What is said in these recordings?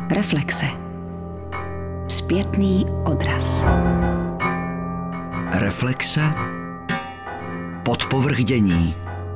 Reflexe. Zpětný odraz. Reflexe. Podpovrchdění.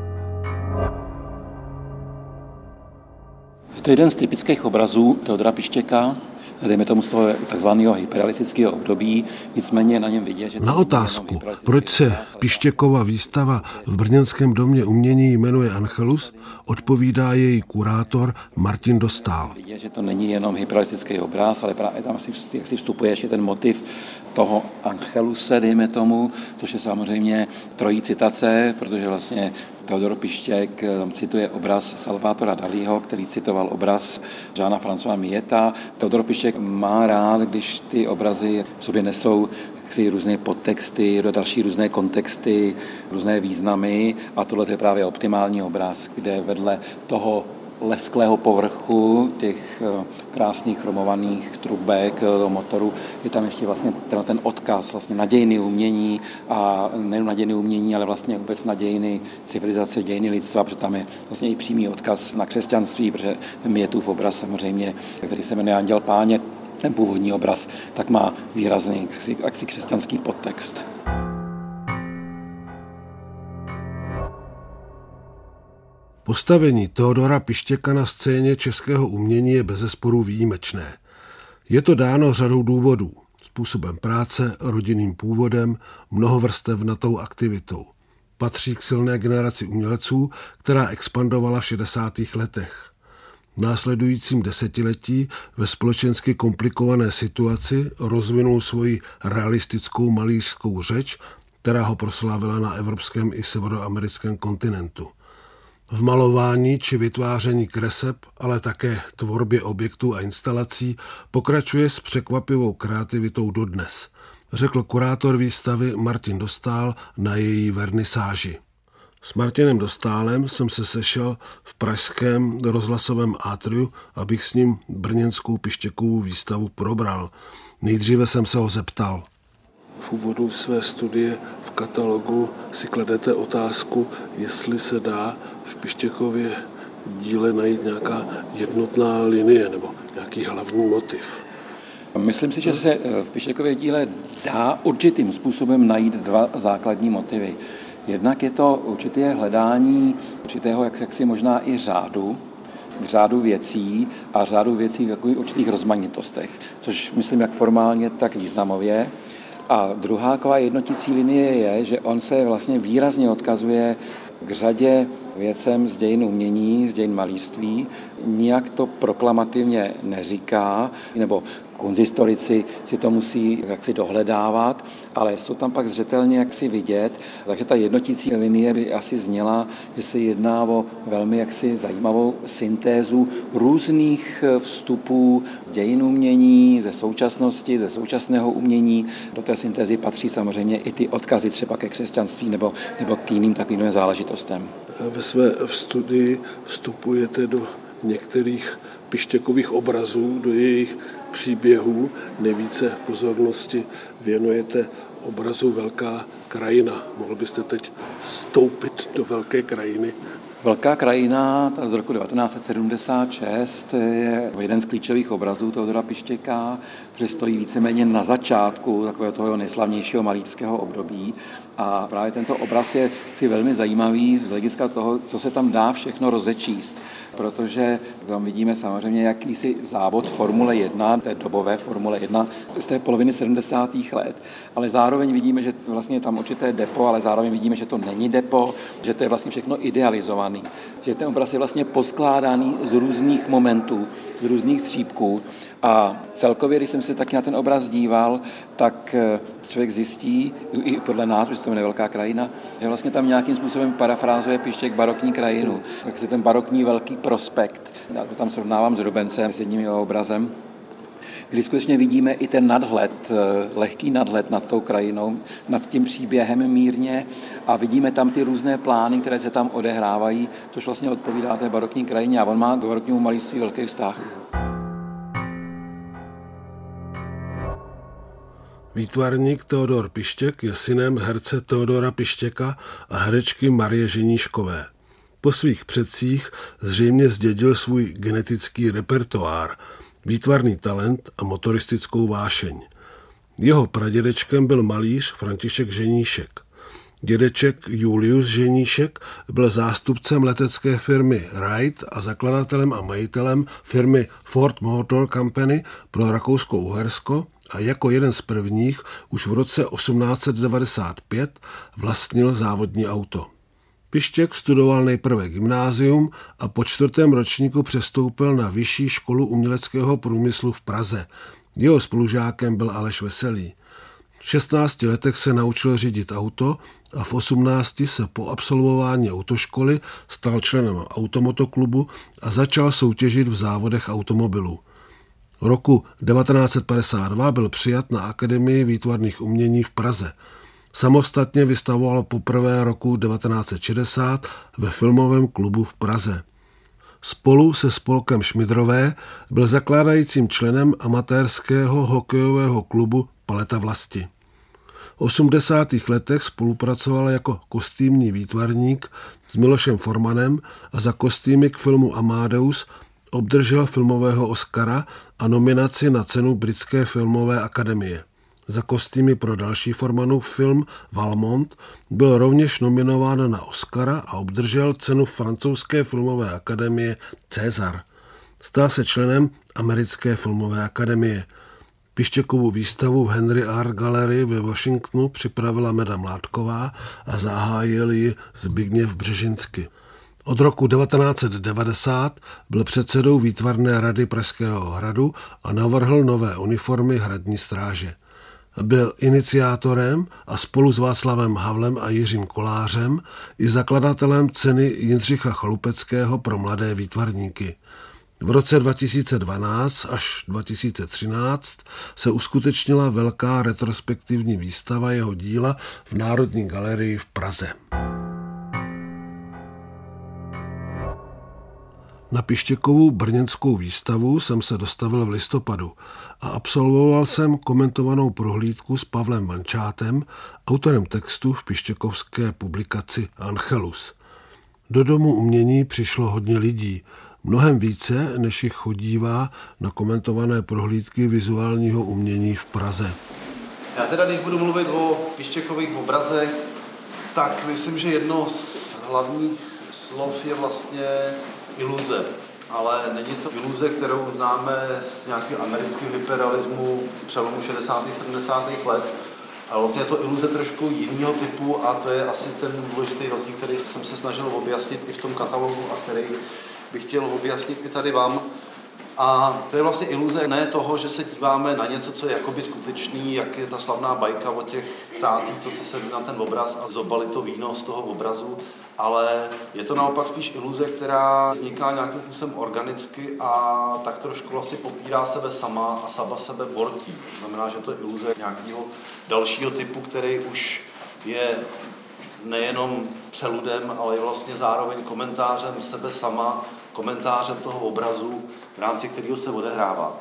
To je jeden z typických obrazů Teodora Pištěka, dejme tomu z toho takzvaného hyperrealistického období, nicméně na něm vidět, že... Na otázku, proč se Pištěkova výstava v brněnském domě umění jmenuje Angelus, odpovídá její kurátor Martin Dostál. Vidět, že to není jenom hyperrealistický obraz, ale právě tam jak si vstupuje ještě ten motiv toho Angeluse, dejme tomu, což je samozřejmě trojí citace, protože vlastně Teodor Pištěk cituje obraz Salvatora Dalího, který citoval obraz Jeana-Françoise Mieta. Teodor Pištěk má rád, když ty obrazy v sobě nesou různé podtexty, další různé kontexty, různé významy a tohle je právě optimální obraz, kde vedle toho lesklého povrchu, těch krásných chromovaných trubek toho motoru, je tam ještě vlastně ten odkaz vlastně na dějiny umění a nejen na dějiny umění, ale vlastně vůbec na dějiny civilizace, dějiny lidstva, protože tam je vlastně i přímý odkaz na křesťanství, protože Mietův obraz samozřejmě, který se jmenuje Anděl Páně, ten původní obraz, tak má výrazný křesťanský podtext. Postavení Teodora Pištěka na scéně českého umění je bezesporu výjimečné. Je to dáno řadou důvodů. Způsobem práce, rodinným původem, mnohovrstevnatou aktivitou. Patří k silné generaci umělců, která expandovala v 60. letech. V následujícím desetiletí ve společensky komplikované situaci rozvinul svoji realistickou malířskou řeč, která ho proslavila na evropském i severoamerickém kontinentu. V malování či vytváření kreseb, ale také tvorbě objektů a instalací pokračuje s překvapivou kreativitou dodnes, řekl kurátor výstavy Martin Dostál na její vernisáži. S Martinem Dostálem jsem se sešel v pražském rozhlasovém atriu, abych s ním brněnskou Pištěkovu výstavu probral. Nejdříve jsem se ho zeptal. V úvodu své studie v katalogu si kladete otázku, jestli se dá v Pištěkově díle najít nějaká jednotná linie nebo nějaký hlavní motiv. Myslím si, že se v Pištěkově díle dá určitým způsobem najít dva základní motivy. Jednak je to určité hledání určitého jaksi možná i řádu věcí a řádu věcí v určitých rozmanitostech, což myslím jak formálně, tak významově. A druhá taková jednotící linie je, že on se vlastně výrazně odkazuje k řadě věcem z dějin umění, z dějin malířství. Nijak to proklamativně neříká, nebo kunsthistorici si to musí jaksi dohledávat, ale jsou tam pak zřetelně jaksi vidět, takže ta jednotící linie by asi zněla, že se jedná o velmi jaksi zajímavou syntézu různých vstupů z dějin umění, ze současnosti, ze současného umění. Do té syntézy patří samozřejmě i ty odkazy třeba ke křesťanství nebo k jiným takovým záležitostem. Ve své studii vstupujete do některých Pištěkových obrazů, do jejich příběhů. Nejvíce pozornosti věnujete obrazu Velká krajina. Mohl byste teď vstoupit do Velké krajiny? Velká krajina z roku 1976 je jeden z klíčových obrazů Teodora Pištěka, který stojí víceméně na začátku takového toho nejslavnějšího malířského období. A právě tento obraz je velmi zajímavý z hlediska toho, co se tam dá všechno rozečíst, protože tam vidíme samozřejmě jakýsi závod Formule 1, té dobové Formule 1 z té poloviny 70. let, ale zároveň vidíme, že vlastně je tam určité depo, ale zároveň vidíme, že to není depo, že to je vlastně všechno idealizovaný, že ten obraz je vlastně poskládaný z různých momentů, z různých střípků. A celkově, když jsem se taky na ten obraz díval, tak člověk zjistí, i podle nás, protože to jmenuje Velká krajina, že vlastně tam nějakým způsobem parafrázuje Pištěk barokní krajinu. Tak si ten barokní velký prospekt, já to tam srovnávám s Rubencem, s jedním jeho obrazem, kdy skutečně vidíme i ten nadhled, lehký nadhled nad tou krajinou, nad tím příběhem mírně a vidíme tam ty různé plány, které se tam odehrávají, což vlastně odpovídá té barokní krajině a on má k baroknímu malířství velký vztah. Výtvarník Teodor Pištěk je synem herce Teodora Pištěka a herečky Marie Ženíškové. Po svých předcích zřejmě zdědil svůj genetický repertoár. výtvarný talent a motoristickou vášeň. Jeho pradědečkem byl malíř František Ženíšek. Dědeček Julius Ženíšek byl zástupcem letecké firmy Wright a zakladatelem a majitelem firmy Ford Motor Company pro Rakousko-Uhersko a jako jeden z prvních už v roce 1895 vlastnil závodní auto. Pištěk studoval nejprve gymnázium a po 4. ročníku přestoupil na Vyšší školu uměleckého průmyslu v Praze. Jeho spolužákem byl Aleš Veselý. V 16 letech se naučil řídit auto a v 18 se po absolvování autoškoly stal členem automotoklubu a začal soutěžit v závodech automobilů. V roku 1952 byl přijat na Akademii výtvarných umění v Praze. Samostatně vystavoval poprvé roku 1960 ve filmovém klubu v Praze. Spolu se spolkem Šmidrové byl zakládajícím členem amatérského hokejového klubu Paleta vlasti. V 80. letech spolupracoval jako kostýmní výtvarník s Milošem Formanem a za kostýmy k filmu Amadeus obdržel filmového Oscara a nominaci na cenu Britské filmové akademie. Za kostýmy pro další Formanův film Valmont byl rovněž nominován na Oscara a obdržel cenu francouzské filmové akademie César. Stal se členem Americké filmové akademie. Pištěkovu výstavu v Henry Art Gallery ve Washingtonu připravila Meda Mládková a zahájil ji Zbigněv Břežinsky. Od roku 1990 byl předsedou výtvarné rady Pražského hradu a navrhl nové uniformy hradní stráže. Byl iniciátorem a spolu s Václavem Havlem a Jiřím Kolářem i zakladatelem ceny Jindřicha Chalupeckého pro mladé výtvarníky. V roce 2012 až 2013 se uskutečnila velká retrospektivní výstava jeho díla v Národní galerii v Praze. Na Pištěkovu brněnskou výstavu jsem se dostavil v listopadu a absolvoval jsem komentovanou prohlídku s Pavlem Vančátem, autorem textu v pištěkovské publikaci Angelus. Do Domu umění přišlo hodně lidí, mnohem více, než jich chodívá na komentované prohlídky vizuálního umění v Praze. Já teda, když budu mluvit o Pištěkových obrazech, tak myslím, že jedno z hlavních slov je vlastně iluze. Ale není to iluze, kterou známe z nějakého amerického hyperrealismu přelomu 60. 70. let, ale vlastně je to iluze trošku jiného typu a to je asi ten důležitý rozdíl, který jsem se snažil objasnit i v tom katalogu a který bych chtěl objasnit i tady vám. A to je vlastně iluze ne toho, že se díváme na něco, co je jakoby skutečný, jak je ta slavná bajka o těch ptácích, co si sedí na ten obraz a zobali to víno z toho obrazu, ale je to naopak spíš iluze, která vzniká nějakým způsobem organicky a tak trošku vlastně popírá sebe sama a sama sebe bortí. To znamená, že to je iluze nějakého dalšího typu, který už je nejenom přeludem, ale je vlastně zároveň komentářem sebe sama, komentářem toho obrazu, v rámci kterého se odehrává.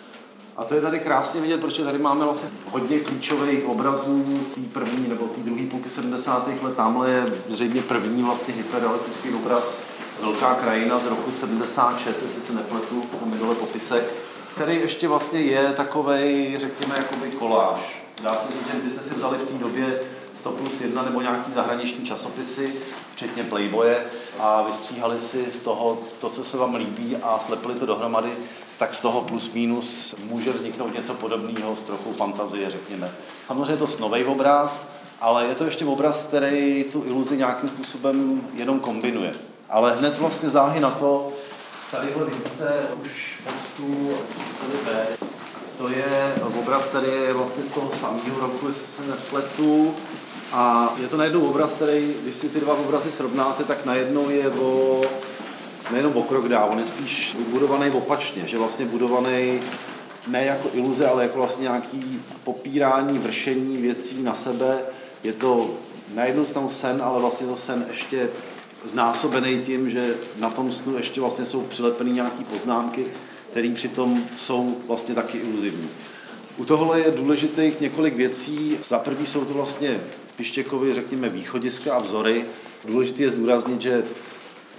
A to je tady krásně vidět, protože tady máme vlastně hodně klíčových obrazů té první nebo té druhé půlky 70. let. Tamhle je zřejmě první vlastně hyperrealistický obraz Velká krajina z roku 76, jestli se nepletu, tam je dole popisek, který ještě vlastně je takovej, řekněme, jakoby koláž. Dá se říct, že kdybyste si vzali v té době 100+1 nebo nějaký zahraniční časopisy, včetně Playboye, a vystříhali si z toho to, co se vám líbí a slepili to dohromady, tak z toho plus minus může vzniknout něco podobného s trochou fantazie, řekněme. Samozřejmě je to snovej obraz, ale je to ještě obraz, který tu iluzi nějakým způsobem jenom kombinuje. Ale hned vlastně záhy na to, tadyhle vidíte už postu B. To je obraz, který je vlastně z toho samého roku, jestli se nepletu. A je to najednou obraz, který, když si ty dva obrazy srovnáte, tak najednou je nejenom o krok dál, on je spíš budovaný opačně, že vlastně budovaný ne jako iluze, ale jako vlastně nějaký popírání, vršení věcí na sebe. Je to najednou tam sen, ale vlastně to sen ještě znásobený tím, že na tom snu ještě vlastně jsou přilepeny nějaké poznámky, které přitom jsou vlastně taky iluzivní. U tohle je důležitých několik věcí. Za první jsou to vlastně Pištěkovy, řekněme, východiska a vzory. Důležité je zdůraznit, že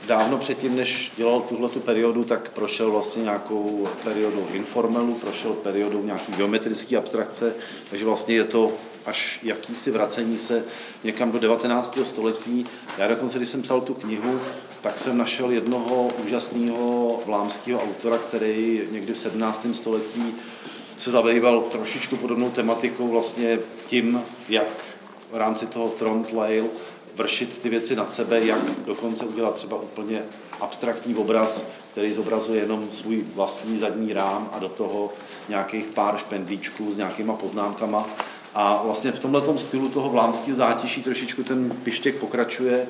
dávno předtím, než dělal tuhletu periodu, tak prošel vlastně nějakou periodu informelu, prošel periodou nějaký geometrické abstrakce, takže vlastně je to až jakýsi vracení se někam do 19. století. Já dokonce, když jsem psal tu knihu, tak jsem našel jednoho úžasného vlámského autora, který někdy v 17. století se zabýval trošičku podobnou tematikou, vlastně tím, jak v rámci toho Trondleil vršit ty věci nad sebe, jak dokonce udělat třeba úplně abstraktní obraz, který zobrazuje jenom svůj vlastní zadní rám a do toho nějakých pár špendlíčků s nějakýma poznámkama. A vlastně v tomhletom stylu toho vlámského zátiší trošičku ten Pištěk pokračuje.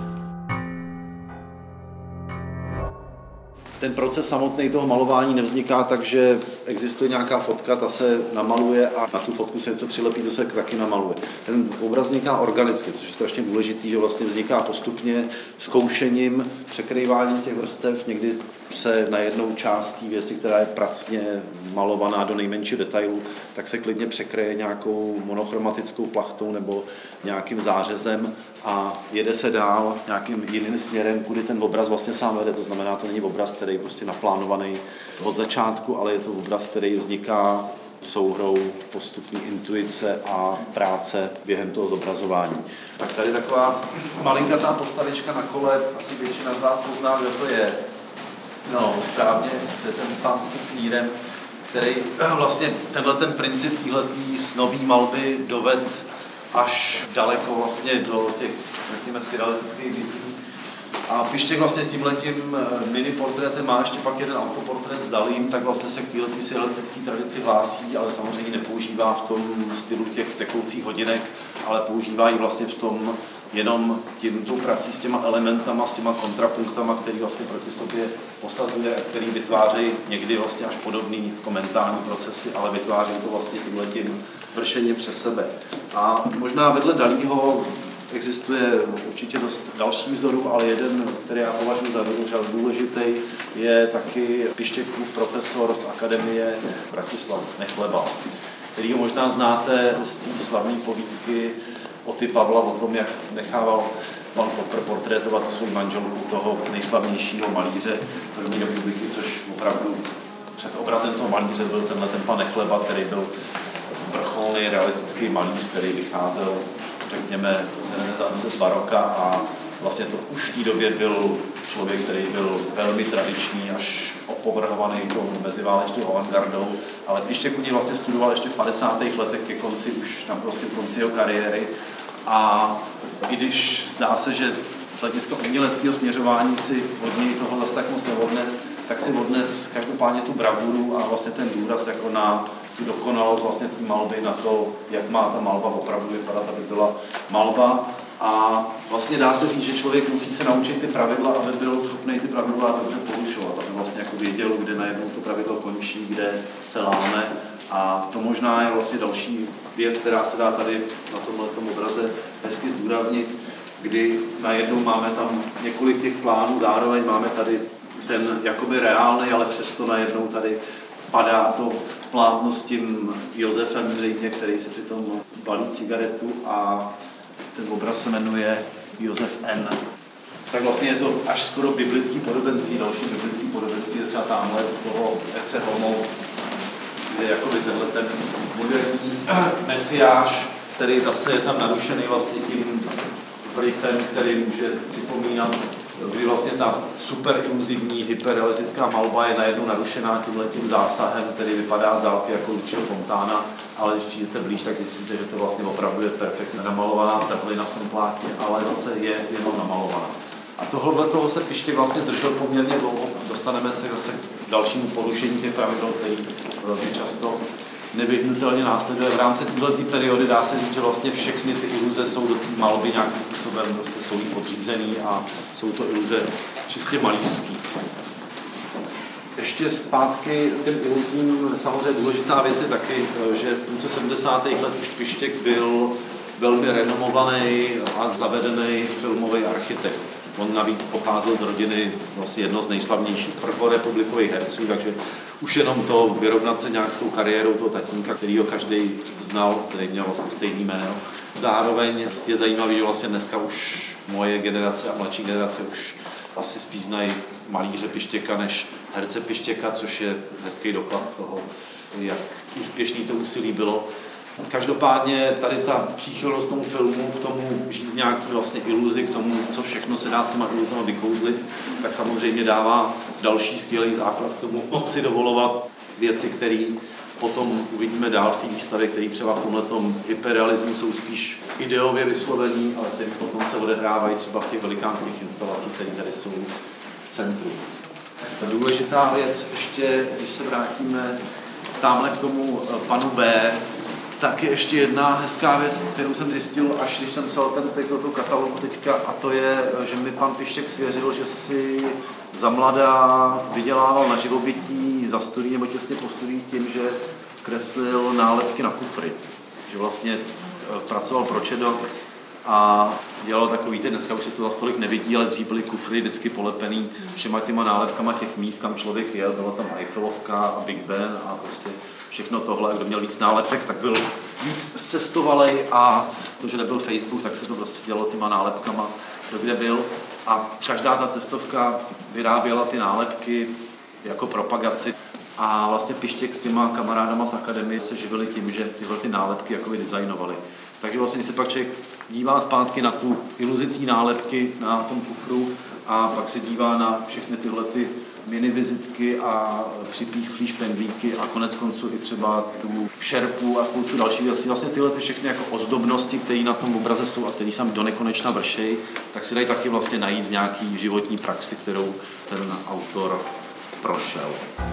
Ten proces samotný toho malování nevzniká tak, že existuje nějaká fotka, ta se namaluje a na tu fotku se to přilepí, to se taky namaluje. Ten obraz vzniká organicky, což je strašně důležitý, že vlastně vzniká postupně zkoušením, překrýváním těch vrstev. Někdy se na jednou část té věci, která je pracně malovaná do nejmenšího detailu, tak se klidně překryje nějakou monochromatickou plachtou nebo nějakým zářezem a jede se dál nějakým jiným směrem, kudy ten obraz vlastně sám vede. To znamená, to není obraz, který je prostě naplánovaný od začátku, ale je to obraz, který vzniká souhrou postupní intuice a práce během toho zobrazování. Tak tady taková malinkatá postavička na kole, asi většina z vás pozná, kdo to je. No, správně, to je ten pán s tím knírem, který vlastně ten princip téhletý snový malby doved až daleko vlastně do těch, řekněme, surrealistických vizí. A Pištěk vlastně tímhletím mini portrétem má ještě pak jeden autoportrét s Dalím, tak vlastně se k téhletý surrealistické tradici hlásí, ale samozřejmě nepoužívá v tom stylu těch tekoucích hodinek, ale používá ji vlastně v tom jenom tou prací s těma elementama, s těma kontrapunktama, který vlastně proti sobě posazuje a který vytvářejí někdy vlastně až podobný mentální procesy, ale vytváří to vlastně tímhletím vršením přes sebe. A možná vedle Dalího existuje určitě dost dalších vzorů, ale jeden, který já považuji za důležitý, je taky Pištěkův profesor z Akademie Bratislavy, Nechleba, kterýho možná znáte z té slavné povídky Oty Pavla o tom, jak nechával pan Popper portrétovat svou manželku toho nejslavnějšího malíře první republiky, což opravdu před obrazem toho malíře byl ten pan Nechleba, který byl vrcholný realistický malíř, který vycházel, řekněme, z renesance, z baroka a vlastně to už v té době byl člověk, který byl velmi tradiční, až opovrhovaný tou meziválečnou avantgardou, ale Pištěk u něj vlastně studoval ještě v 50. letech ke konci, už na prostě konci jeho kariéry a i když zdá se, že z hlediska uměleckého směřování si od něj toho zase tak moc neodnes, tak si odnes každopádně tu bravuru a vlastně ten důraz jako na tu dokonalost vlastně té malby, na to, jak má ta malba opravdu vypadat, aby byla malba. A vlastně dá se říct, že člověk musí se naučit ty pravidla, aby byl schopný ty pravidla dobře porušovat, aby vlastně jako věděl, kde najednou to pravidlo končí, kde se láme. A to možná je vlastně další věc, která se dá tady na tomhletom obraze hezky zdůraznit, kdy najednou máme tam několik těch plánů, zároveň máme tady ten jakoby reálný, ale přesto najednou tady padá to plátno s tím Josefem zřejmě, který se přitom balí cigaretu a ten obraz se jmenuje Josef N. Tak vlastně je to až skoro biblický podobenství, další biblický podobenství je třeba tamhle toho Ecce Homo, kde je jakoby tenhle ten moderní mesiáš, který zase je tam narušený vlastně tím vlivem, který může připomínat, kdy vlastně ta super iluzivní, hyperrealistická malba je najednou narušená tímhletím zásahem, který vypadá z dálky jako Lucio Fontána, ale když přijdete blíž, tak zjistíte, že to vlastně opravdu je perfektně namalovaná trhlina v tom plátně, ale zase je jenom namalovaná. A tohle toho se Pištěk vlastně držel poměrně dlouho. Dostaneme se zase k dalšímu porušení těch pravidel, který velmi často nevyhnutelně následuje. V rámci této periody dá se říct, že vlastně všechny ty iluze jsou do té malby nějakým způsobem, prostě jsou jí podřízený a jsou to iluze čistě malířský. Ještě zpátky těm iluzním, samozřejmě důležitá věc je taky, že v půlce 70. let už Pištěk byl velmi renomovaný a zavedený filmový architekt. On navíc pocházel z rodiny vlastně jedno z nejslavnějších prvorepublikových herců, takže už jenom to vyrovnat se nějak s tou kariérou toho tatínka, kterýho každý znal, který měl vlastně stejný jméno. Zároveň je zajímavý, že vlastně dneska už moje generace a mladší generace už asi spíš znají malíře Pištěka než herce Pištěka, což je hezký doklad toho, jak úspěšný to úsilí bylo. Každopádně tady ta příchylnost tomu filmu, k tomu žít nějaký vlastně iluzi, k tomu, co všechno se dá s těma iluzama vykouzlit, tak samozřejmě dává další skvělý základ k tomu moci dovolovat věci, které potom uvidíme dál v té výstavě, které třeba v tomhletom hyperrealismu jsou spíš ideově vyslovený, ale které potom se odehrávají třeba v těch velikánských instalacích, které tady jsou v centru. Důležitá věc ještě, když se vrátíme tamhle k tomu panu B, tak je ještě jedna hezká věc, kterou jsem zjistil, až když jsem psal ten text do toho katalogu teďka, a to je, že mi pan Pištěk svěřil, že si za mladá vydělával na živobytí za studií nebo těsně po studiích tím, že kreslil nálepky na kufry. Že vlastně pracoval pro Čedok a dělal takový, dneska už se to za stolik nevidí, ale dřív byly kufry vždycky polepený všema těma nálepkama těch míst, kam člověk jel, byla tam Eiffelovka a Big Ben a prostě všechno tohle. Kdo měl víc nálepek, tak byl víc cestovalej a to, že nebyl Facebook, tak se to prostě dělalo těma nálepkama, kde byl. A každá ta cestovka vyráběla ty nálepky jako propagaci. A vlastně Pištěk s těma kamarádama z akademie se živili tím, že tyhle ty nálepky jakoby designovali. Takže vlastně, když se pak člověk dívá zpátky na tu iluzi té nálepky na tom kufru a pak se dívá na všechny tyhle ty mini vizitky a připíchlý špendlíky a konec konců i třeba tu šerpu a spoustu dalších věcí. Vlastně tyhle ty všechny jako ozdobnosti, které na tom obraze jsou a které sam do nekonečna vršejí, tak si dají taky vlastně najít nějaký životní praxi, kterou ten autor prošel.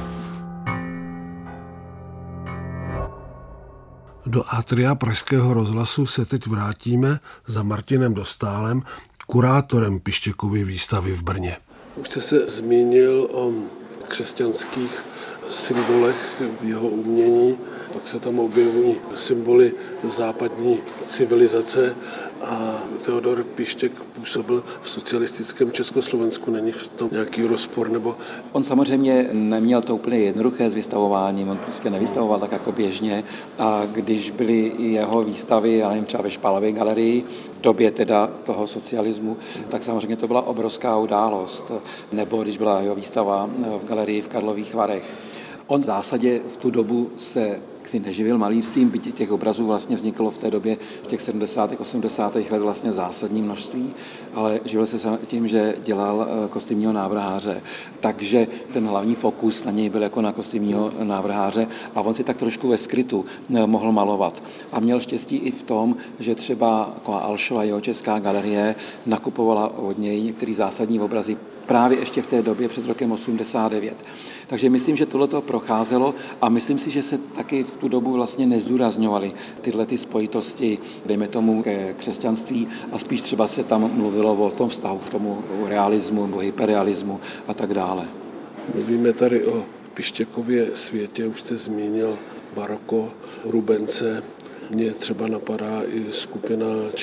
Do atria Pražského rozhlasu se teď vrátíme za Martinem Dostálem, kurátorem Pištěkovy výstavy v Brně. Už jste se zmínil o křesťanských symbolech v jeho umění, pak se tam objevují symboly západní civilizace a Teodor Pištěk působil v socialistickém Československu. Není v tom nějaký rozpor? Nebo... On samozřejmě neměl to úplně jednoduché s vystavováním, on prostě nevystavoval tak jako běžně a když byly jeho výstavy, já nevím, třeba ve Špálově galerii, v době teda toho socialismu, tak samozřejmě to byla obrovská událost. Nebo když byla jeho výstava v galerii v Karlových Varech. On v zásadě v tu dobu se neživil malířstvím, byť těch obrazů vlastně vzniklo v té době v těch 70. 80. let vlastně zásadní množství, ale živil se tím, že dělal kostýmního návrháře. Takže ten hlavní fokus na něj byl jako na kostýmního návrháře a on si tak trošku ve skrytu mohl malovat. A měl štěstí i v tom, že třeba Alšova, jeho česká galerie, nakupovala od něj některé zásadní obrazy právě ještě v té době před rokem 89. Takže myslím, že tohleto procházelo a myslím si, že se taky v tu dobu vlastně nezdůrazňovaly tyhle ty spojitosti, dejme tomu ke křesťanství a spíš třeba se tam mluvilo o tom vztahu k tomu realismu nebo hyperrealismu a tak dále. Mluvíme tady o Pištěkově světě, už jste zmínil baroko, Rubence. Mně třeba napadá i skupina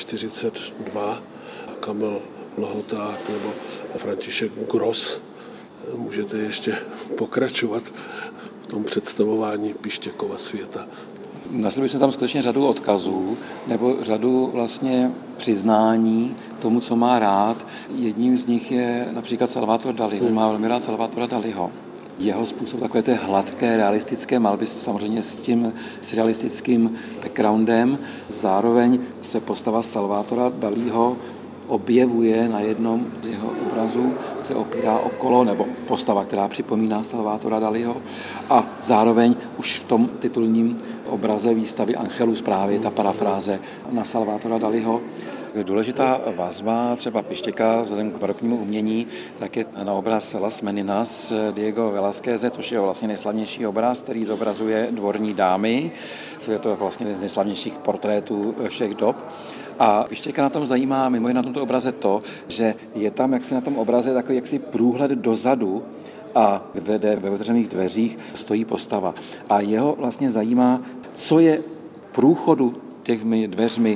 42, Kamil Lohoták nebo František Gross. Můžete ještě pokračovat v tom představování Pištěkova světa. Našli bychom tam skutečně řadu odkazů nebo řadu vlastně přiznání tomu, co má rád. Jedním z nich je například Salvador Dalí. On má velmi rád Salvadora Dalího. Jeho způsob takové té hladké, realistické malby samozřejmě s tím surrealistickým backgroundem. Zároveň se postava Salvadora Dalího objevuje na jednom z jeho obrazů, se opírá o kolo, nebo postava, která připomíná Salvadora Dalího. A zároveň už v tom titulním obraze výstavy Angelus právě ta parafráze na Salvadora Dalího. Důležitá vazba třeba Pištěka vzhledem k baroknímu umění, tak je na obraz Las Meninas Diego Velázqueze, což je vlastně nejslavnější obraz, který zobrazuje dvorní dámy. Je to vlastně z nejslavnějších portrétů všech dob. A Pištěka na tom zajímá mimo jiné na tomto obraze to, že je tam jaksi na tom obraze takový jaksi průhled dozadu a ve otevřených dveřích stojí postava. A jeho vlastně zajímá, co je v průchodu těmi dveřmi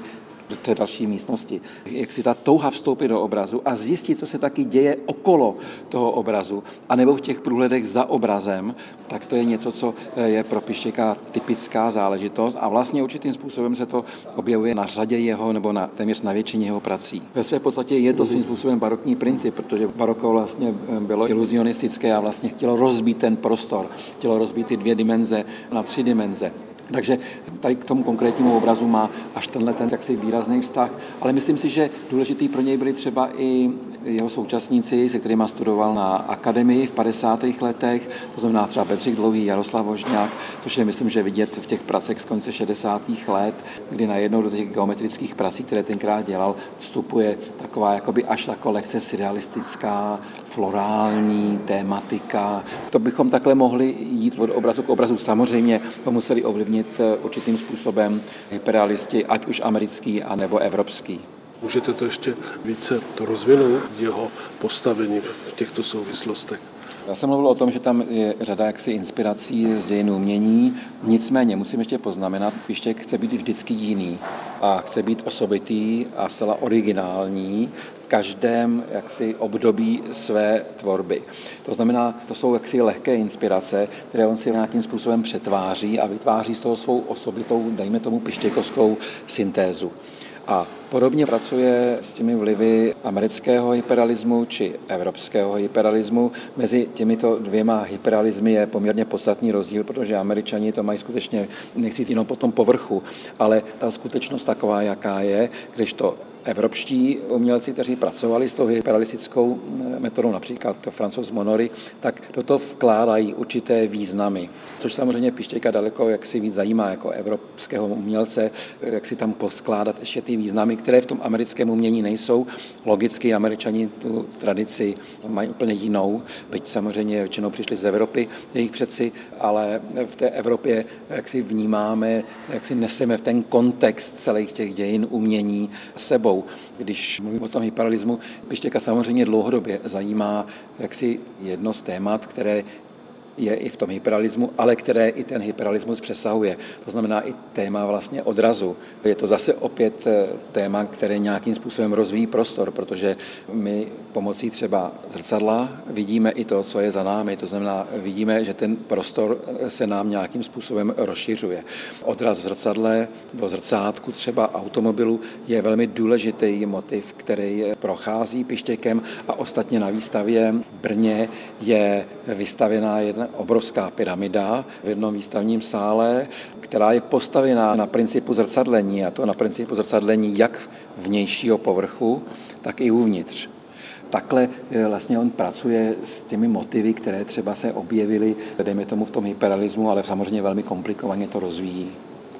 do té další místnosti. Jak si ta touha vstoupit do obrazu a zjistit, co se taky děje okolo toho obrazu, anebo v těch průhledech za obrazem, tak to je něco, co je pro Pištěka typická záležitost a vlastně určitým způsobem se to objevuje na řadě jeho nebo téměř na většině jeho prací. Ve své podstatě je to svým způsobem barokní princip, protože baroko vlastně bylo iluzionistické a vlastně chtělo rozbít ten prostor, chtělo rozbít ty 2 dimenze na 3 dimenze. Takže tady k tomu konkrétnímu obrazu má až tenhle ten jaksi výrazný vztah, ale myslím si, že důležitý pro něj byli třeba i jeho současníci, se kterými studoval na akademii v 50. letech, to znamená třeba Bedřich Dlouhý, Jaroslav Vožňák, což je, myslím, že vidět v těch pracech z konce 60. let, kdy najednou do těch geometrických prací, které tenkrát dělal, vstupuje taková jakoby až tako lehce surrealistická, florální tématika. To bychom takhle mohli jít od obrazu k obrazu. Samozřejmě to museli ovlivnit určitým způsobem hyperrealisti, ať už americký, anebo evropský. Můžete to ještě více rozvinout, jeho postavení v těchto souvislostech? Já jsem mluvil o tom, že tam je řada jaksi inspirací z dějin umění, nicméně musím ještě poznamenat, Pištěk chce být vždycky jiný a chce být osobitý a zcela originální v každém jaksi období své tvorby. To znamená, to jsou jaksi lehké inspirace, které on si nějakým způsobem přetváří a vytváří z toho svou osobitou, dejme tomu pištěkovskou syntézu. A podobně pracuje s těmi vlivy amerického hyperrealismu či evropského hyperrealismu. Mezi těmito 2 hyperrealismy je poměrně podstatný rozdíl, protože Američani to mají skutečně, nechci jenom po tom povrchu, ale ta skutečnost taková, jaká je, když to evropští umělci, kteří pracovali s tou hyperrealistickou metodou, například Francouz Monory, tak do toho vkládají určité významy, což samozřejmě Pištěka daleko jak si víc zajímá jako evropského umělce, jak si tam poskládat ještě ty významy, které v tom americkém umění nejsou. Logicky Američani tu tradici mají úplně jinou, byť samozřejmě většinou přišli z Evropy, jejich předci, ale v té Evropě jak si vnímáme, jak si neseme v ten kontext celých těch dějin umění sebou. Když mluvím o tom hyperrealismu, Pištěka samozřejmě dlouhodobě zajímá jaksi jedno z témat, které je i v tom hyperrealismu, ale které i ten hyperrealismus přesahuje. To znamená i téma vlastně odrazu. Je to zase opět téma, které nějakým způsobem rozvíjí prostor, protože my pomocí třeba zrcadla vidíme i to, co je za námi. To znamená, vidíme, že ten prostor se nám nějakým způsobem rozšiřuje. Odraz v zrcadle, do zrcátku třeba automobilu je velmi důležitý motiv, který prochází Pištěkem a ostatně na výstavě v Brně je vystavěná jedna obrovská pyramida v jednom výstavním sále, která je postavená na principu zrcadlení, a to na principu zrcadlení jak vnějšího povrchu, tak i uvnitř. Takhle vlastně on pracuje s těmi motivy, které třeba se objevily, dejme tomu v tom hyperrealismu, ale samozřejmě velmi komplikovaně to rozvíjí.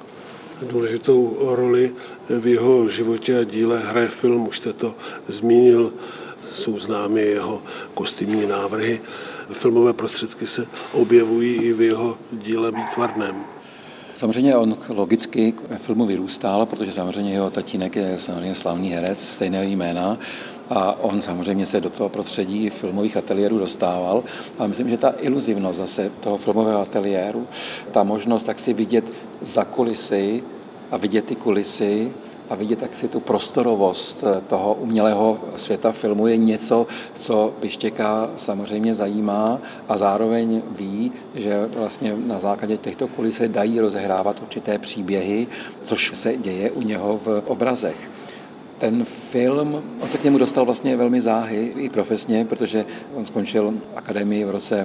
Důležitou roli v jeho životě a díle hraje film, už jste to zmínil, jsou známy jeho kostýmní návrhy. Filmové prostředky se objevují i v jeho díle výtvarném. Samozřejmě on logicky ve filmu vyrůstal, protože samozřejmě jeho tatínek je samozřejmě slavný herec stejného jména a on samozřejmě se do toho prostředí filmových ateliérů dostával. A myslím, že ta iluzivnost zase toho filmového ateliéru, ta možnost tak si vidět za kulisy a vidět ty kulisy a vidět tak si tu prostorovost toho umělého světa filmu je něco, co Pištěka samozřejmě zajímá a zároveň ví, že vlastně na základě těchto kulis se dají rozehrávat určité příběhy, což se děje u něho v obrazech. Ten film, on se k němu dostal vlastně velmi záhy i profesně, protože on skončil akademii v roce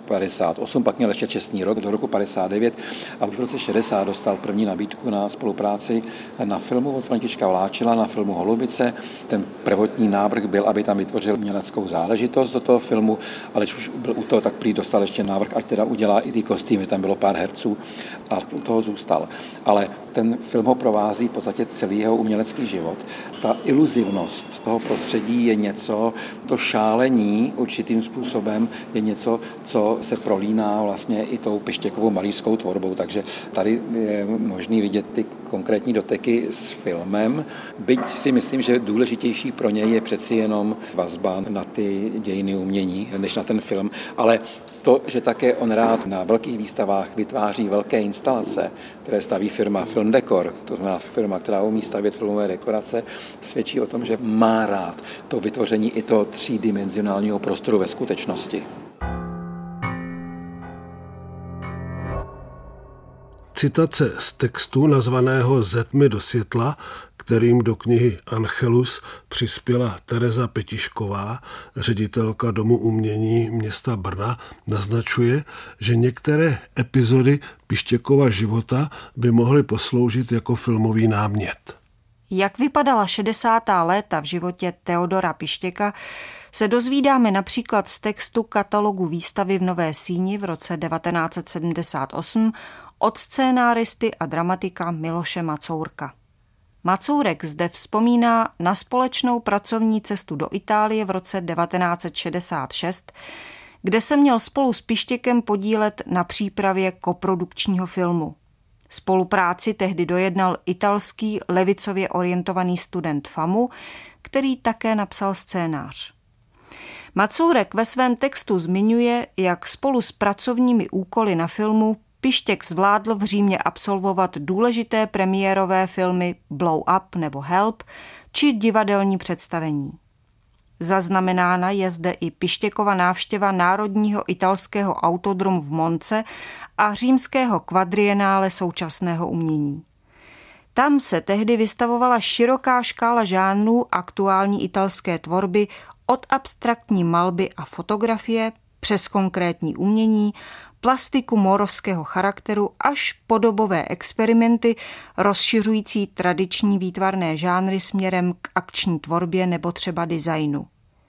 58, pak měl ještě čestný rok do roku 59 a už v roce 60 dostal první nabídku na spolupráci na filmu od Františka Vláčila, na filmu Holubice. Ten prvotní návrh byl, aby tam vytvořil uměleckou záležitost do toho filmu, ale když už byl u toho, tak prý dostal ještě návrh, ať teda udělá i ty kostýmy, tam bylo pár herců a u toho zůstal. Ale ten film ho provází v podstatě celý jeho umělecký život. Ta iluzivnost toho prostředí je něco, to šálení určitým způsobem je něco, co se prolíná vlastně i tou Pištěkovou malířskou tvorbou, takže tady je možný vidět ty konkrétní doteky s filmem, byť si myslím, že důležitější pro něj je přeci jenom vazba na ty dějiny umění, než na ten film, ale to, že také on rád na velkých výstavách vytváří velké instalace, které staví firma Film Decor, to znamená firma, která umí stavět filmové dekorace, svědčí o tom, že má rád to vytvoření i toho třídimenzionálního prostoru ve skutečnosti. Citace z textu nazvaného Ze tmy do světla, kterým do knihy Angelus přispěla Tereza Petišková, ředitelka Domu umění města Brna, naznačuje, že některé epizody Pištěkova života by mohly posloužit jako filmový námět. Jak vypadala 60. léta v životě Teodora Pištěka, se dozvídáme například z textu katalogu výstavy v Nové Síni v roce 1978 od scénáristy a dramatika Miloše Macourka. Macourek zde vzpomíná na společnou pracovní cestu do Itálie v roce 1966, kde se měl spolu s Pištěkem podílet na přípravě koprodukčního filmu. Spolupráci tehdy dojednal italský levicově orientovaný student FAMU, který také napsal scénář. Macourek ve svém textu zmiňuje, jak spolu s pracovními úkoly na filmu Pištěk zvládl v Římě absolvovat důležité premiérové filmy Blow Up nebo Help či divadelní představení. Zaznamenána je zde i Pištěkova návštěva Národního italského autodromu v Monce a římského kvadrienále současného umění. Tam se tehdy vystavovala široká škála žánrů aktuální italské tvorby od abstraktní malby a fotografie přes konkrétní umění, plastiku mórovského charakteru až po dobové experimenty rozšiřující tradiční výtvarné žánry směrem k akční tvorbě nebo třeba designu.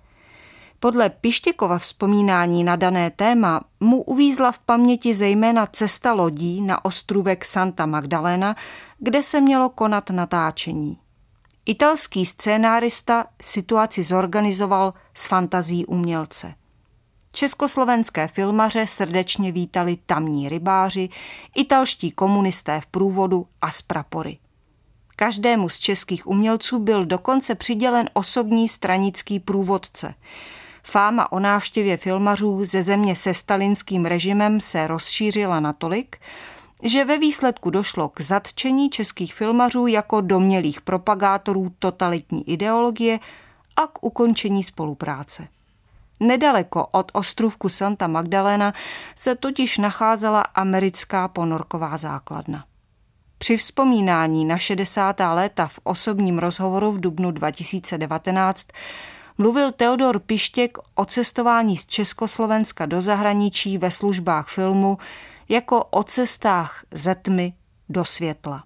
Podle Pištěkova vzpomínání na dané téma mu uvízla v paměti zejména cesta lodí na ostrůvek Santa Magdalena, kde se mělo konat natáčení. Italský scénárista situaci zorganizoval s fantazí umělce. Československé filmaře srdečně vítali tamní rybáři, italští komunisté v průvodu a s prapory. Každému z českých umělců byl dokonce přidělen osobní stranický průvodce. Fáma o návštěvě filmařů ze země se stalinským režimem se rozšířila natolik, že ve výsledku došlo k zatčení českých filmařů jako domnělých propagátorů totalitní ideologie a k ukončení spolupráce. Nedaleko od ostrůvku Santa Magdalena se totiž nacházela americká ponorková základna. Při vzpomínání na 60. léta v osobním rozhovoru v dubnu 2019 mluvil Teodor Pištěk o cestování z Československa do zahraničí ve službách filmu jako o cestách ze tmy do světla.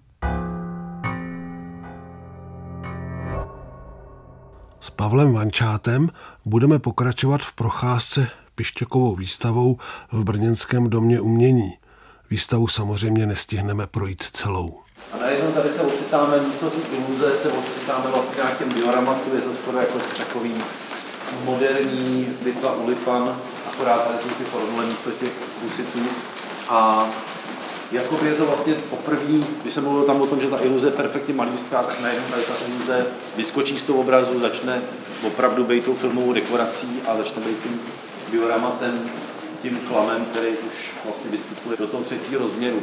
S Pavlem Vančátem budeme pokračovat v procházce Pištěkovou výstavou v brněnském Domě umění. Výstavu samozřejmě nestihneme projít celou. A najednou tady se ocitáme, místo té iluze se ocitáme vlastně nějakým dioramatu, je to skoro jako takový moderní bitva u Lipan, akorát tady jsou ty formule místo těch husitů. A jakoby je to vlastně poprvé, když jsem mluvil tam o tom, že ta iluze je perfektně malířská, tak najednou tady ta iluze vyskočí z toho obrazu, začne opravdu být tou filmovou dekorací a začne být tím dioramatem, tím klamem, který už vlastně vystupuje do toho třetího rozměru.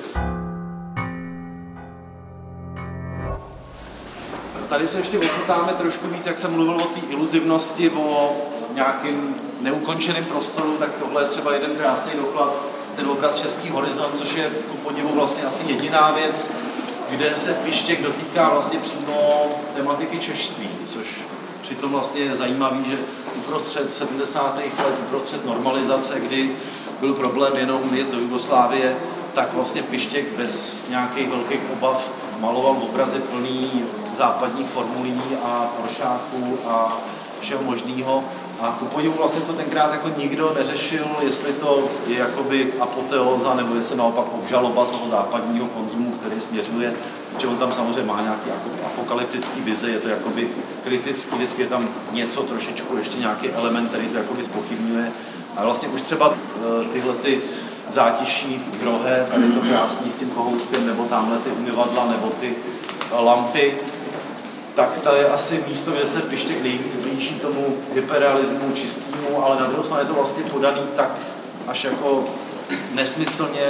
Tady se ještě ocitáme trošku víc, jak jsem mluvil o té iluzivnosti, o nějakým neukončeném prostoru, tak tohle je třeba jeden krásný doklad, ten obraz Český horizont, což je ku podivu vlastně asi jediná věc, kde se Pištěk dotýká vlastně přímo tematiky češství, což přitom vlastně je zajímavý, že uprostřed 70. let, uprostřed normalizace, kdy byl problém jenom jezd do Jugoslávie, tak vlastně Pištěk bez nějakých velkých obav maloval obrazy plný západních formulí a prošáků a všeho možného. A ku podivu vlastně to tenkrát jako nikdo neřešil, jestli to je jakoby apoteóza, nebo jestli naopak obžaloba toho západního konzumu, který směřuje, protože on tam samozřejmě má nějaký jako apokalyptický vize, je to jakoby kritický, vždycky je tam něco trošičku, ještě nějaký element, který to jakoby zpochybňuje, A vlastně už třeba tyhle ty zátiší drohé, tady to krásný s tím kohoutkem, nebo tamhle ty umyvadla, nebo ty lampy, tak to je asi místo, kde se Pištěk nejvíc blíží tomu hyperrealismu čistému, ale na druhou stranu je to vlastně podaný tak až jako nesmyslně,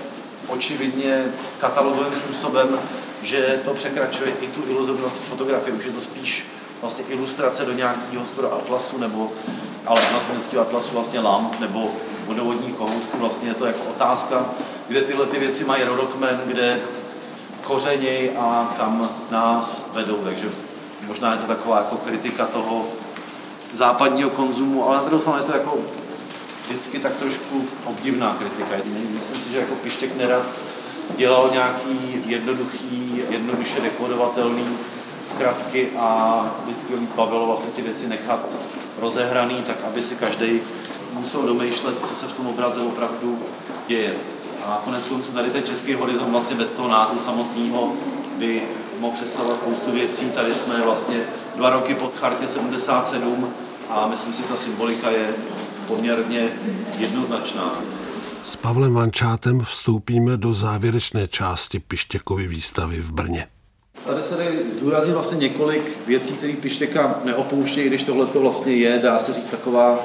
očividně katalogovým způsobem, že to překračuje i tu iluzornost fotografie. Už je to spíš vlastně ilustrace do nějakého skoro atlasu, nebo ale anatomického atlasu vlastně lamp, nebo vodovodních kohoutků. Vlastně je to jako otázka, kde tyhle ty věci mají rodokmen, kde kořeněj a kam nás vedou. Takže možná je to taková jako kritika toho západního konzumu, ale na druhou stranu je to jako vždycky tak trošku obdivná kritika. Myslím si, že jako Pištěk nerad dělal nějaký jednoduše dekodovatelný zkratky a vždycky ho bavilo vlastně ty věci nechat rozehraný, tak aby si každý musel domýšlet, co se v tom obraze opravdu děje. A konec konců tady ten český horizont vlastně bez toho názvu samotného by mohl představovat spoustu věcí. Tady jsme vlastně 2 roky po chartě 77 a myslím si, že ta symbolika je poměrně jednoznačná. S Pavlem Vančátem vstoupíme do závěrečné části Pištěkovy výstavy v Brně. Tady se zdůrazní vlastně několik věcí, které Pištěka neopouštějí, když tohle to vlastně je, dá se říct, taková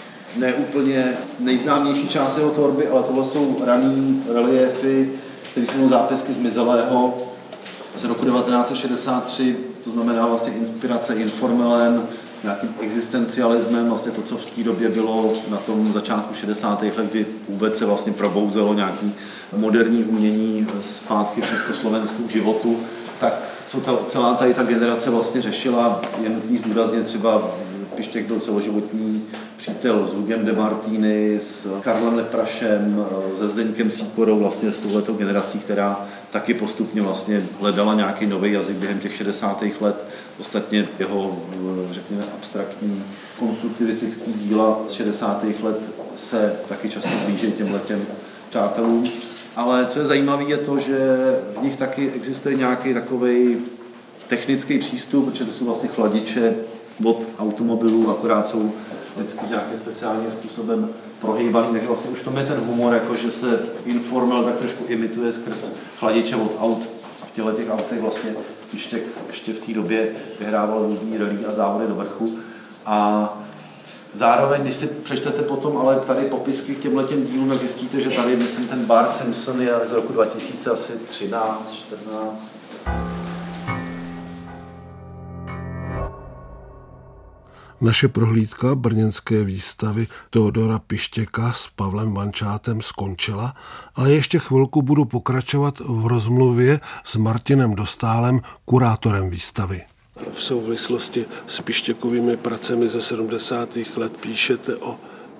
neúplně nejznámější část jeho tvorby, ale tohle jsou raný reliéfy, které jsou zápisky zmizelého z roku 1963, to znamená vlastně inspirace informelem, nějakým existencialismem, vlastně to, co v té době bylo na tom začátku 60. let, kdy vůbec se vlastně probouzelo nějaký moderní umění zpátky v Československu k životu, tak co celá tady ta generace vlastně řešila, je nutný zdůraznit třeba Pištěk byl celoživotní přítel s Hugem de Martini, s Karlem Leprašem, se Zdeňkem Sýkorou, vlastně s touhletou generací, která taky postupně vlastně hledala nějaký nový jazyk během těch 60. let. Ostatně jeho, řekněme, abstraktní konstruktivistický díla z 60. let se taky často blíží těmhletěm přátelům. Ale co je zajímavé, je to, že v nich taky existuje nějaký takovej technický přístup, protože to jsou vlastně chladiče od automobilů, akorát jsou vždycky nějakým speciálním způsobem prohýbaný, takže vlastně už to je ten humor, jako že se informel tak trošku imituje skrz chladiče od aut. V těch autech vlastně Pištěk ještě v té době vyhrával různý rally a závody do vrchu. A zároveň, když si přečtete potom ale tady popisky k těmhletěm dílům, tak zjistíte, že tady, myslím, ten Bart Simpson je z roku 2013, 14. Naše prohlídka brněnské výstavy Teodora Pištěka s Pavlem Vančátem skončila, ale ještě chvilku budu pokračovat v rozmluvě s Martinem Dostálem, kurátorem výstavy. V souvislosti s Pištěkovými pracemi ze 70. let píšete o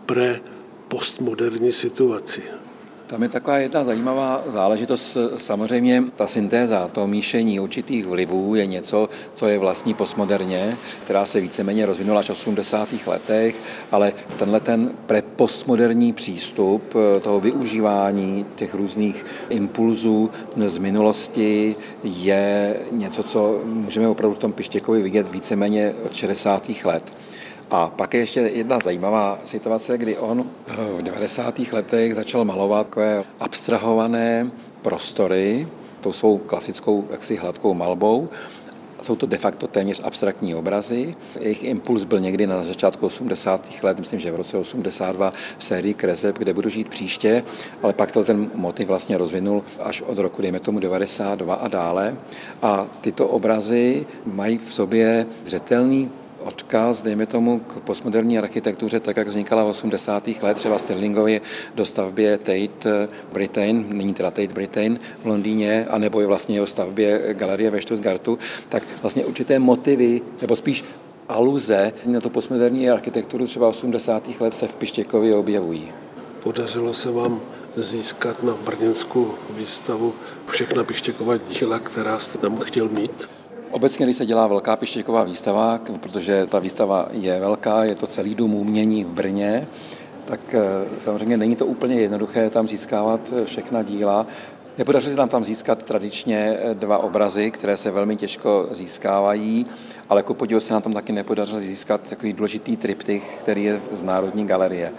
postmoderní situaci. Tam je taková jedna zajímavá záležitost. Samozřejmě ta syntéza, to míšení určitých vlivů je něco, co je vlastní postmoderně, která se víceméně rozvinula až v 80. letech, ale tenhle ten prepostmoderní přístup toho využívání těch různých impulzů z minulosti je něco, co můžeme opravdu v tom Pištěkovi vidět víceméně od 60. let. A pak je ještě jedna zajímavá situace, kdy on v 90. letech začal malovat takové abstrahované prostory tou svou klasickou jaksi hladkou malbou. Jsou to de facto téměř abstraktní obrazy. Jejich impuls byl někdy na začátku 80. let, myslím, že v roce 82 v sérii Kreseb, kde budu žít příště, ale pak to ten motiv vlastně rozvinul až od roku, dejme tomu 92 a dále. A tyto obrazy mají v sobě zřetelný odkaz, dejme tomu, k postmoderní architektuře, tak jak vznikala v 80. let, třeba Stirlingově dostavbě Tate Britain, nyní teda Tate Britain v Londýně, anebo i vlastně jeho stavbě galerie ve Stuttgartu, tak vlastně určité motivy, nebo spíš aluze na tu postmoderní architekturu třeba 80. let se v Pištěkově objevují. Podařilo se vám získat na brněnskou výstavu všechna Pištěkova díla, která jste tam chtěl mít? Obecně, když se dělá velká Pištěková výstava, protože ta výstava je velká, je to celý dům umění v Brně, tak samozřejmě není to úplně jednoduché tam získávat všechna díla. Nepodařilo se nám tam získat tradičně 2 obrazy, které se velmi těžko získávají, ale ku podivu se nám tam taky nepodařilo získat takový důležitý triptych, který je z Národní galerie.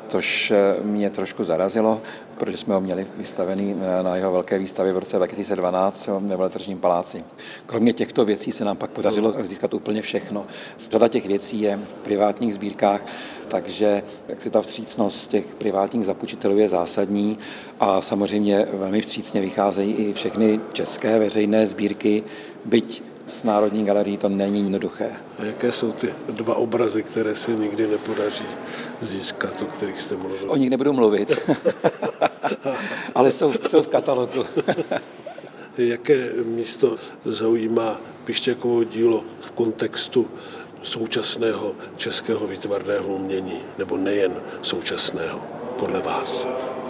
což mě trošku zarazilo, protože jsme ho měli vystavený na jeho velké výstavě v roce 2012 ve Veletržním paláci. Kromě těchto věcí se nám pak podařilo získat úplně všechno. Řada těch věcí je v privátních sbírkách, takže jak si ta vstřícnost těch privátních zapůjčitelů je zásadní a samozřejmě velmi vstřícně vycházejí i všechny české veřejné sbírky, byť s Národní galerií to není jednoduché. A jaké jsou ty 2 obrazy, které se nikdy nepodaří získat, o kterých jste mluvil? O nich nebudu mluvit, ale jsou v katalogu. Jaké místo zaujímá Pištěkovo dílo v kontextu současného českého výtvarného umění, nebo nejen současného, podle vás?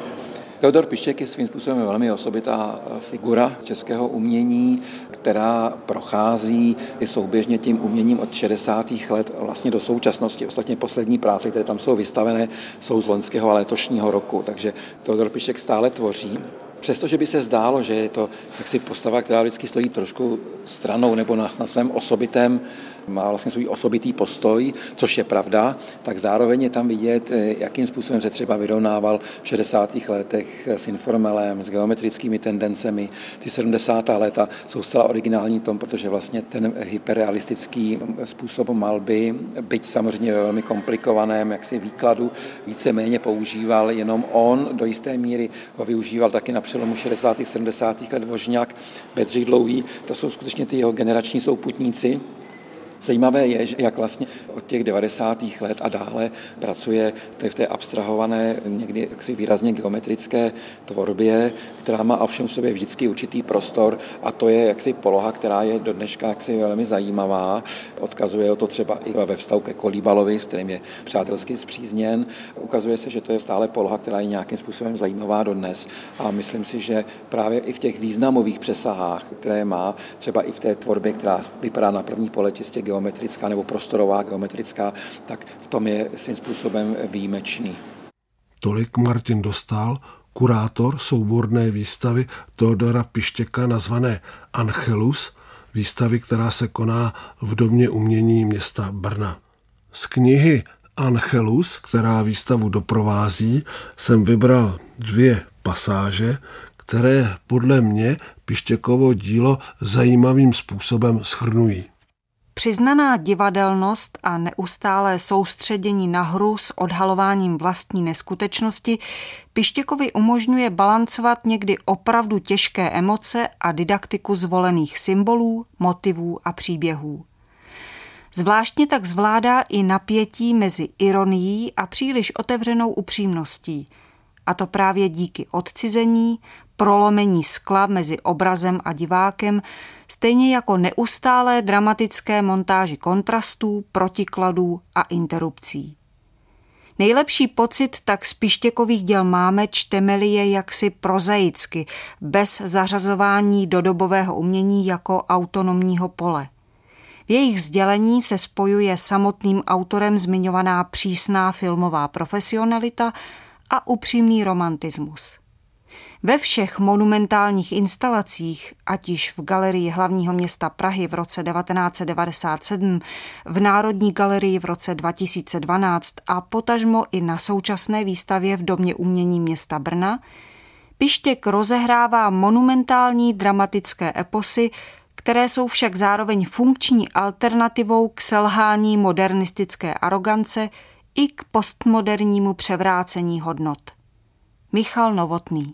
Teodor Pištěk je svým způsobem velmi osobitá figura českého umění, která prochází i souběžně tím uměním od 60. let vlastně do současnosti. Ostatně poslední práce, které tam jsou vystavené, jsou z loňského a letošního roku, takže Teodor Pištěk stále tvoří. Přestože by se zdálo, že je to jaksi postava, která vždycky stojí trošku stranou nebo na svém osobitém, má vlastně svůj osobitý postoj, což je pravda, tak zároveň je tam vidět, jakým způsobem se třeba vyrovnával v 60. letech s informelem, s geometrickými tendencemi. Ty 70. léta jsou zcela originální tom, protože vlastně ten hyperrealistický způsob malby, byť samozřejmě ve velmi komplikovaném jaksi výkladu, víceméně používal jenom on, do jisté míry ho využíval taky na přelomu 60. 70. let Vožňák, Bedřich Dlouhý, to jsou skutečně ty jeho generační souputníci. Zajímavé je, jak vlastně od těch 90. let a dále pracuje v té abstrahované, někdy jaksi výrazně geometrické tvorbě, která má ovšem v sobě vždycky určitý prostor a to je jaksi poloha, která je do dneška jaksi velmi zajímavá. Odkazuje to třeba i ve vztahu ke Kolíbalovi, s kterým je přátelsky spřízněn. Ukazuje se, že to je stále poloha, která je nějakým způsobem zajímavá dodnes a myslím si, že právě i v těch významových přesahách, které má, třeba i v té tvorbě, která vypadá na první pohled čistě geometrická nebo prostorová geometrická, tak v tom je svým způsobem výjimečný. Tolik Martin Dostál, kurátor souborné výstavy Teodora Pištěka nazvané Angelus, výstavy, která se koná v Domě umění města Brna. Z knihy Angelus, která výstavu doprovází, jsem vybral 2 pasáže, které podle mě Pištěkovo dílo zajímavým způsobem shrnují. Přiznaná divadelnost a neustálé soustředění na hru s odhalováním vlastní neskutečnosti Pištěkovi umožňuje balancovat někdy opravdu těžké emoce a didaktiku zvolených symbolů, motivů a příběhů. Zvláštně tak zvládá i napětí mezi ironií a příliš otevřenou upřímností. A to právě díky odcizení, prolomení skla mezi obrazem a divákem, stejně jako neustálé dramatické montáži kontrastů, protikladů a interrupcí. Nejlepší pocit tak z Pištěkových děl máme, čteme-li je jaksi prozaicky, bez zařazování do dobového umění jako autonomního pole. V jejich sdělení se spojuje samotným autorem zmiňovaná přísná filmová profesionalita a upřímný romantismus. Ve všech monumentálních instalacích, ať již v Galerii hlavního města Prahy v roce 1997, v Národní galerii v roce 2012 a potažmo i na současné výstavě v Domě umění města Brna, Pištěk rozehrává monumentální dramatické eposy, které jsou však zároveň funkční alternativou k selhání modernistické arogance i k postmodernímu převrácení hodnot. Michal Novotný.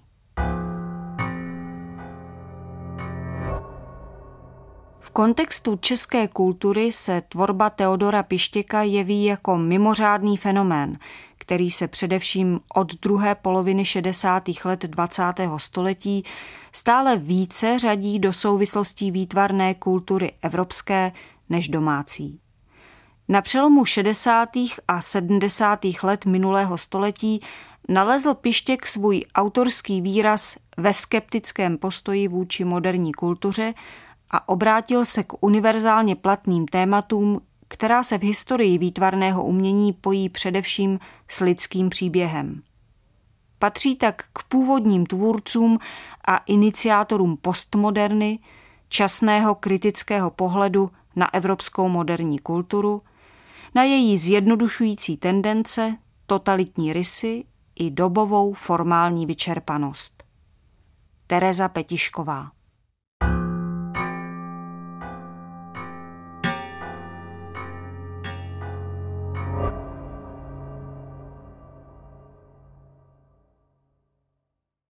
V kontextu české kultury se tvorba Teodora Pištěka jeví jako mimořádný fenomén, který se především od druhé poloviny 60. let 20. století stále více řadí do souvislostí výtvarné kultury evropské než domácí. Na přelomu 60. a 70. let minulého století nalezl Pištěk svůj autorský výraz ve skeptickém postoji vůči moderní kultuře a obrátil se k univerzálně platným tématům, která se v historii výtvarného umění pojí především s lidským příběhem. Patří tak k původním tvůrcům a iniciátorům postmoderny, časného kritického pohledu na evropskou moderní kulturu, na její zjednodušující tendence, totalitní rysy i dobovou formální vyčerpanost. Tereza Petišková.